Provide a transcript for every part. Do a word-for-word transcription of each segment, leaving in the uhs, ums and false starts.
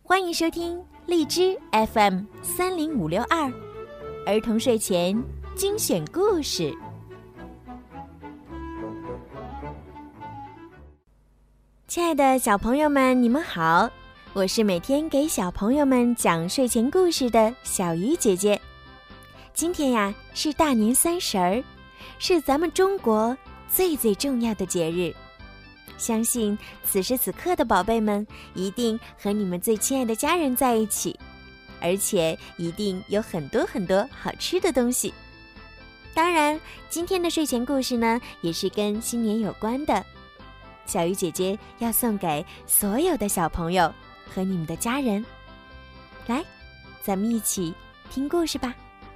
欢迎收听荔枝 F M 三零五六二儿童睡前精选故事。亲爱的小朋友们，你们好，我是每天给小朋友们讲睡前故事的小鱼姐姐。今天呀，是大年三十儿，是咱们中国最最重要的节日。相信此时此刻的宝贝们一定和你们最亲爱的家人在一起，而且一定有很多很多好吃的东西。当然，今天的睡前故事呢，也是跟新年有关的。小鱼姐姐要送给所有的小朋友和你们的家人。来，咱们一起听故事吧。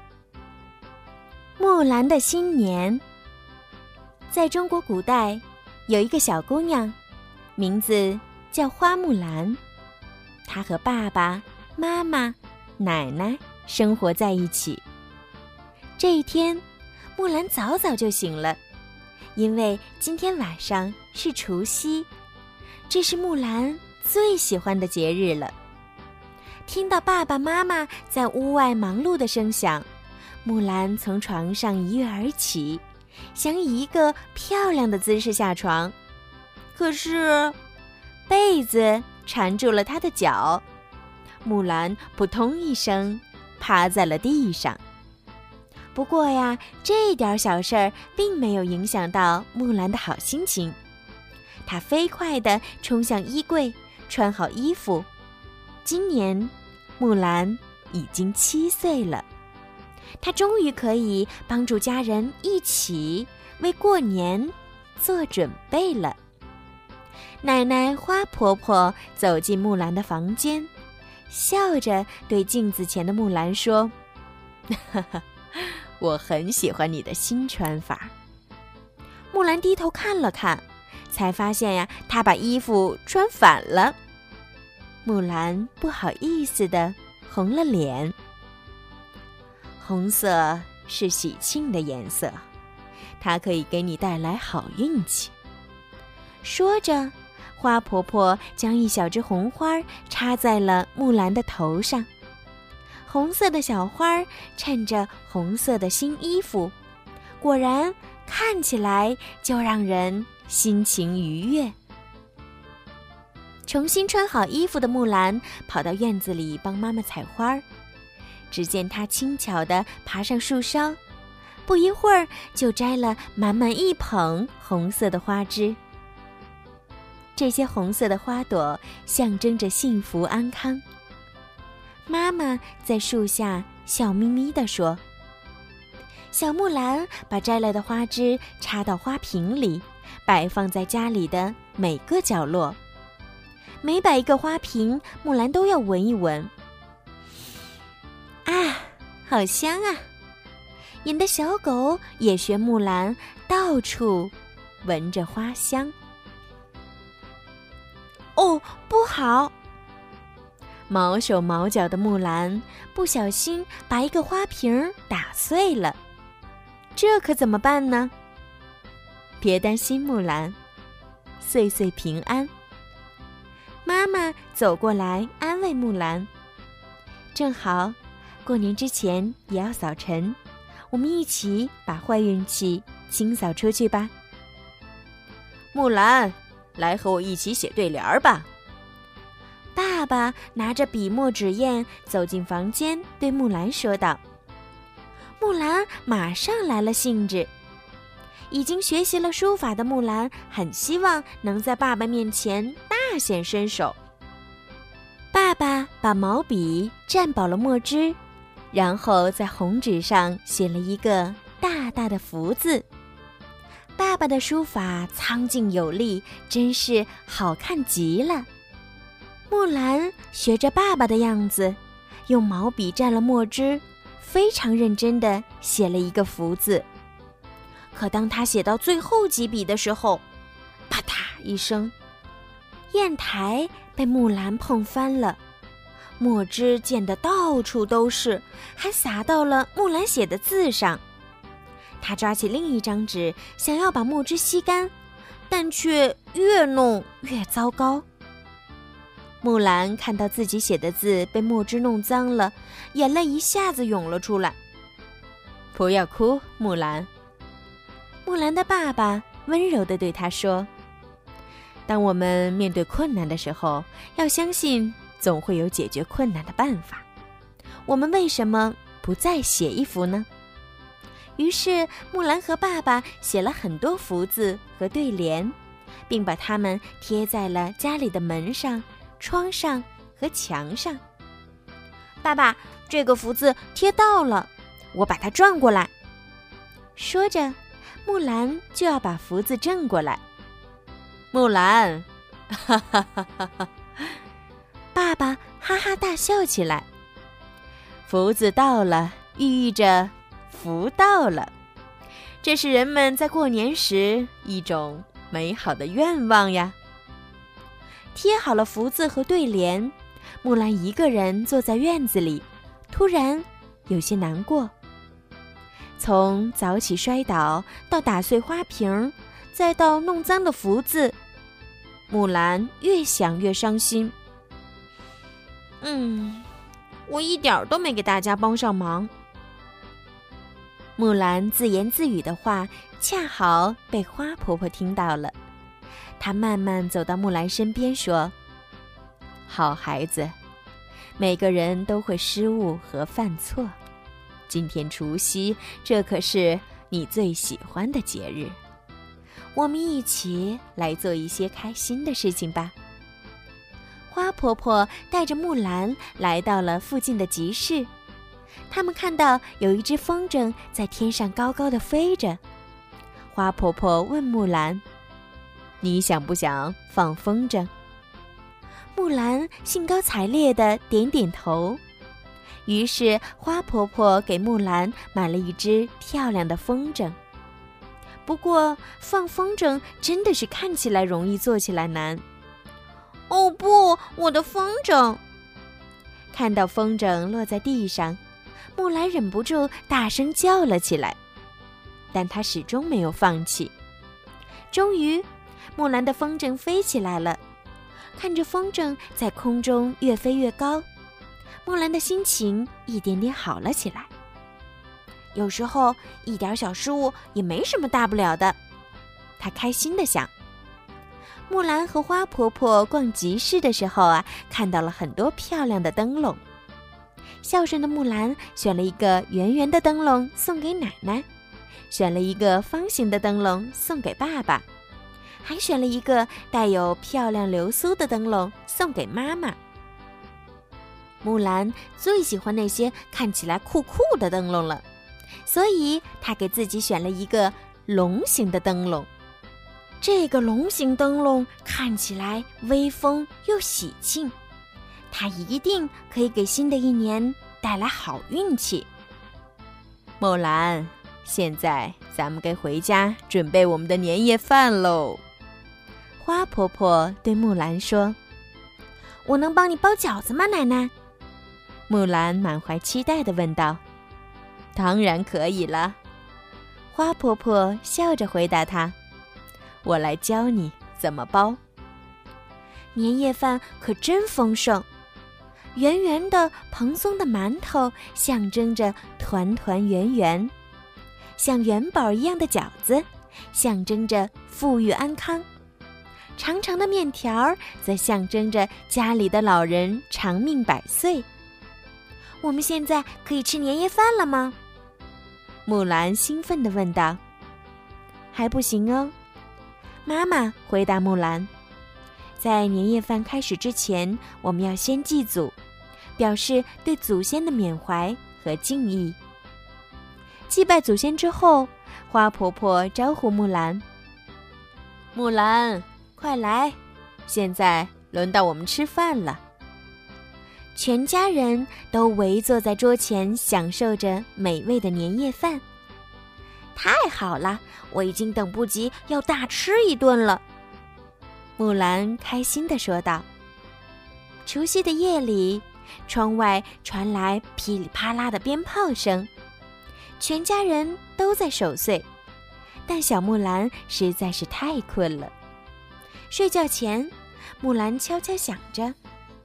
木兰的新年。在中国古代，有一个小姑娘，名字叫花木兰。她和爸爸妈妈奶奶生活在一起。这一天，木兰早早就醒了，因为今天晚上是除夕，这是木兰最喜欢的节日了。听到爸爸妈妈在屋外忙碌的声响，木兰从床上一跃而起，想以一个漂亮的姿势下床，可是被子缠住了她的脚，木兰扑通一声趴在了地上。不过呀，这点小事儿并没有影响到木兰的好心情。她飞快地冲向衣柜，穿好衣服。今年木兰已经七岁了，她终于可以帮助家人一起为过年做准备了。奶奶花婆婆走进木兰的房间，笑着对镜子前的木兰说：哈哈，我很喜欢你的新穿法。木兰低头看了看，才发现呀，她把衣服穿反了。木兰不好意思地红了脸。红色是喜庆的颜色，它可以给你带来好运气。说着，花婆婆将一小枝红花插在了木兰的头上。红色的小花衬着红色的新衣服，果然看起来就让人心情愉悦。重新穿好衣服的木兰跑到院子里帮妈妈采花，只见她轻巧地爬上树梢，不一会儿就摘了满满一捧红色的花枝。这些红色的花朵象征着幸福安康。妈妈在树下笑眯眯地说：小木兰把摘来的花枝插到花瓶里，摆放在家里的每个角落。每摆一个花瓶，木兰都要闻一闻。啊，好香啊！引得小狗也学木兰，到处闻着花香。哦，不好！毛手毛脚的木兰不小心把一个花瓶打碎了，这可怎么办呢？别担心，木兰，岁岁平安。妈妈走过来安慰木兰，正好过年之前也要扫尘，我们一起把坏运气清扫出去吧。木兰，来和我一起写对联儿吧。爸爸拿着笔墨纸砚走进房间，对木兰说道。木兰马上来了兴致。已经学习了书法的木兰很希望能在爸爸面前大显身手。爸爸把毛笔蘸饱了墨汁，然后在红纸上写了一个大大的福字。爸爸的书法苍劲有力，真是好看极了。木兰学着爸爸的样子，用毛笔蘸了墨汁，非常认真地写了一个福字。可当他写到最后几笔的时候，啪嗒一声，砚台被木兰碰翻了，墨汁溅得到处都是，还洒到了木兰写的字上。他抓起另一张纸，想要把墨汁吸干，但却越弄越糟糕。 木兰看到自己写的字被墨汁弄脏了，眼泪一下子涌了出来。不要哭，木兰。木兰的爸爸温柔地对她说，当我们面对困难的时候，要相信总会有解决困难的办法。我们为什么不再写一幅呢？于是木兰和爸爸写了很多福字和对联，并把它们贴在了家里的门上、窗上和墙上。爸爸，这个福字贴到了，我把它转过来。说着，木兰就要把福字正过来。木兰，哈哈哈哈哈！爸爸哈哈大笑起来。福字到了，寓意着福到了，这是人们在过年时一种美好的愿望呀。贴好了福字和对联，木兰一个人坐在院子里，突然有些难过。从早起摔倒到打碎花瓶，再到弄脏的福字，木兰越想越伤心。嗯，我一点都没给大家帮上忙。木兰自言自语的话恰好被花婆婆听到了，她慢慢走到木兰身边说，好孩子，每个人都会失误和犯错，今天除夕，这可是你最喜欢的节日，我们一起来做一些开心的事情吧。花婆婆带着木兰来到了附近的集市，他们看到有一只风筝在天上高高的飞着。花婆婆问木兰，你想不想放风筝？木兰兴高采烈地点点头。于是花婆婆给木兰买了一只漂亮的风筝。不过放风筝真的是看起来容易，做起来难。哦不，我的风筝！看到风筝落在地上，木兰忍不住大声叫了起来，但她始终没有放弃。终于，木兰的风筝飞起来了。看着风筝在空中越飞越高，木兰的心情一点点好了起来。有时候一点小失误也没什么大不了的，她开心地想。木兰和花婆婆逛集市的时候啊，看到了很多漂亮的灯笼。孝顺的木兰选了一个圆圆的灯笼送给奶奶，选了一个方形的灯笼送给爸爸，还选了一个带有漂亮流苏的灯笼送给妈妈。木兰最喜欢那些看起来酷酷的灯笼了，所以她给自己选了一个龙形的灯笼。这个龙形灯笼看起来威风又喜庆，它一定可以给新的一年带来好运气。木兰，现在咱们该回家准备我们的年夜饭喽。花婆婆对木兰说，我能帮你包饺子吗，奶奶？木兰满怀期待地问道。当然可以了，花婆婆笑着回答她，我来教你怎么包。年夜饭可真丰盛，圆圆的蓬松的馒头象征着团团圆圆，像元宝一样的饺子象征着富裕安康，长长的面条则象征着家里的老人长命百岁。我们现在可以吃年夜饭了吗？木兰兴奋地问道。还不行哦，妈妈回答木兰，在年夜饭开始之前，我们要先祭祖，表示对祖先的缅怀和敬意。祭拜祖先之后，花婆婆招呼木兰，木兰，快来，现在轮到我们吃饭了。全家人都围坐在桌前，享受着美味的年夜饭。太好了，我已经等不及要大吃一顿了。木兰开心地说道。除夕的夜里，窗外传来噼里啪啦的鞭炮声，全家人都在守岁，但小木兰实在是太困了。睡觉前，木兰悄悄想着，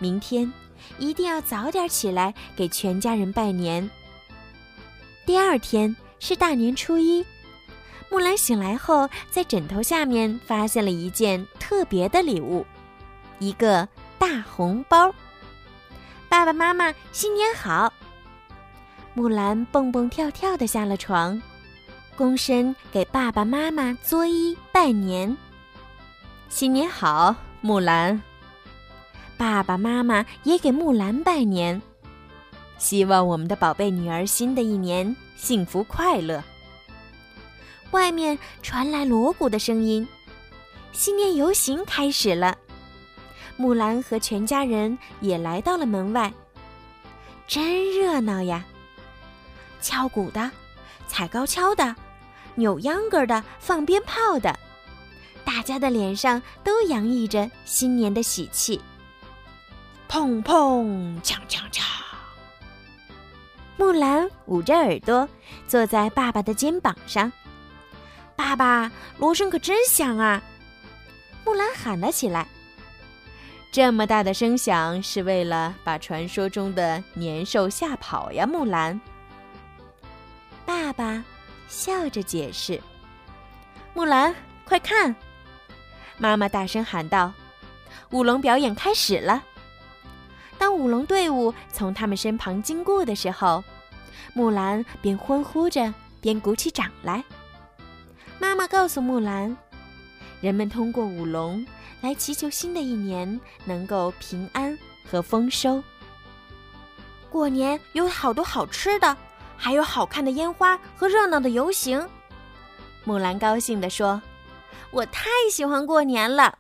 明天一定要早点起来给全家人拜年。第二天是大年初一，木兰醒来后，在枕头下面发现了一件特别的礼物，一个大红包。爸爸妈妈，新年好！木兰蹦蹦跳跳地下了床，躬身给爸爸妈妈作揖拜年。新年好，木兰！爸爸妈妈也给木兰拜年，希望我们的宝贝女儿新的一年幸福快乐。外面传来锣鼓的声音，新年游行开始了。木兰和全家人也来到了门外，真热闹呀！敲鼓的，踩高跷的，扭秧歌的，放鞭炮的，大家的脸上都洋溢着新年的喜气。砰砰，锵锵锵！木兰捂着耳朵，坐在爸爸的肩膀上。爸爸，锣声可真响啊！木兰喊了起来。这么大的声响是为了把传说中的年兽吓跑呀，木兰。爸爸笑着解释。木兰，快看！妈妈大声喊道：“舞龙表演开始了！”当舞龙队伍从他们身旁经过的时候，木兰边欢呼着边鼓起掌来。妈妈告诉木兰，人们通过舞龙来祈求新的一年能够平安和丰收。过年有好多好吃的，还有好看的烟花和热闹的游行。木兰高兴地说：“我太喜欢过年了。”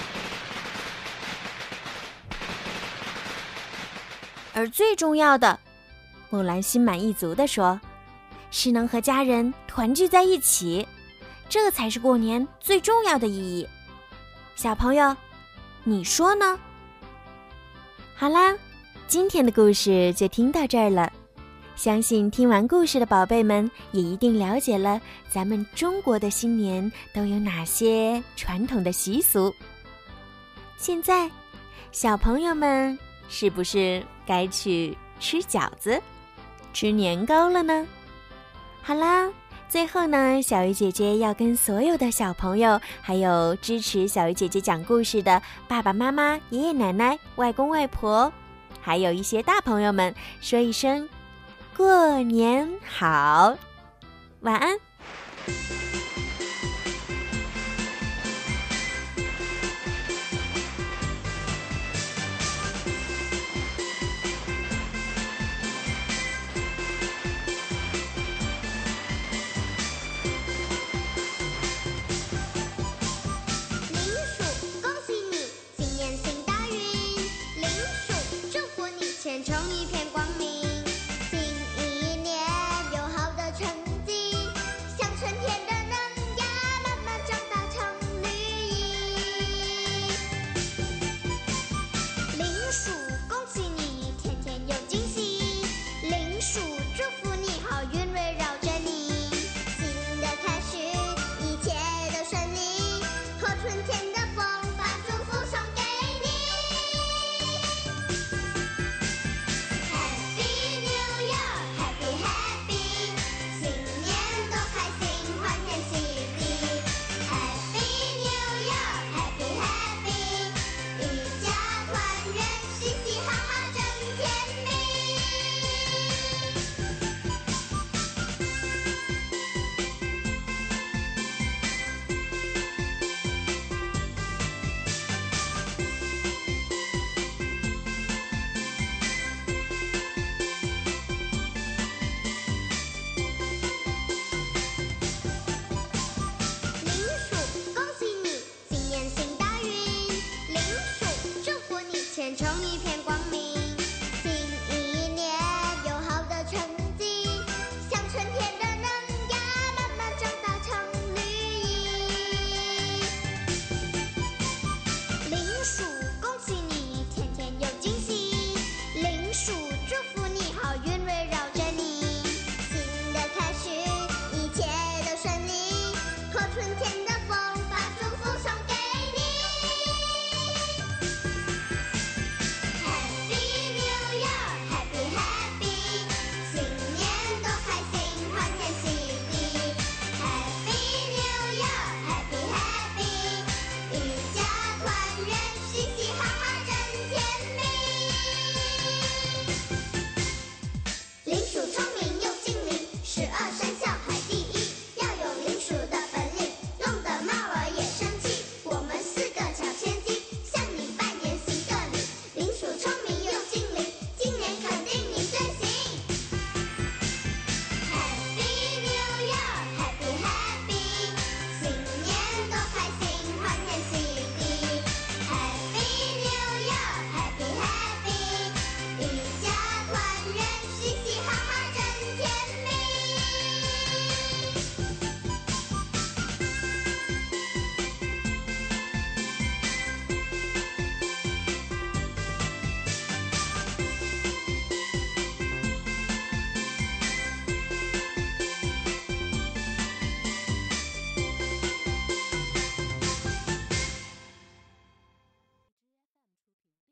而最重要的，木兰心满意足地说，是能和家人团聚在一起，这才是过年最重要的意义。小朋友，你说呢？好啦，今天的故事就听到这儿了。相信听完故事的宝贝们也一定了解了咱们中国的新年都有哪些传统的习俗。现在，小朋友们是不是该去吃饺子、吃年糕了呢？好啦，最后呢，小鱼姐姐要跟所有的小朋友，还有支持小鱼姐姐讲故事的爸爸妈妈、爷爷奶奶、外公外婆，还有一些大朋友们说一声过年好，晚安。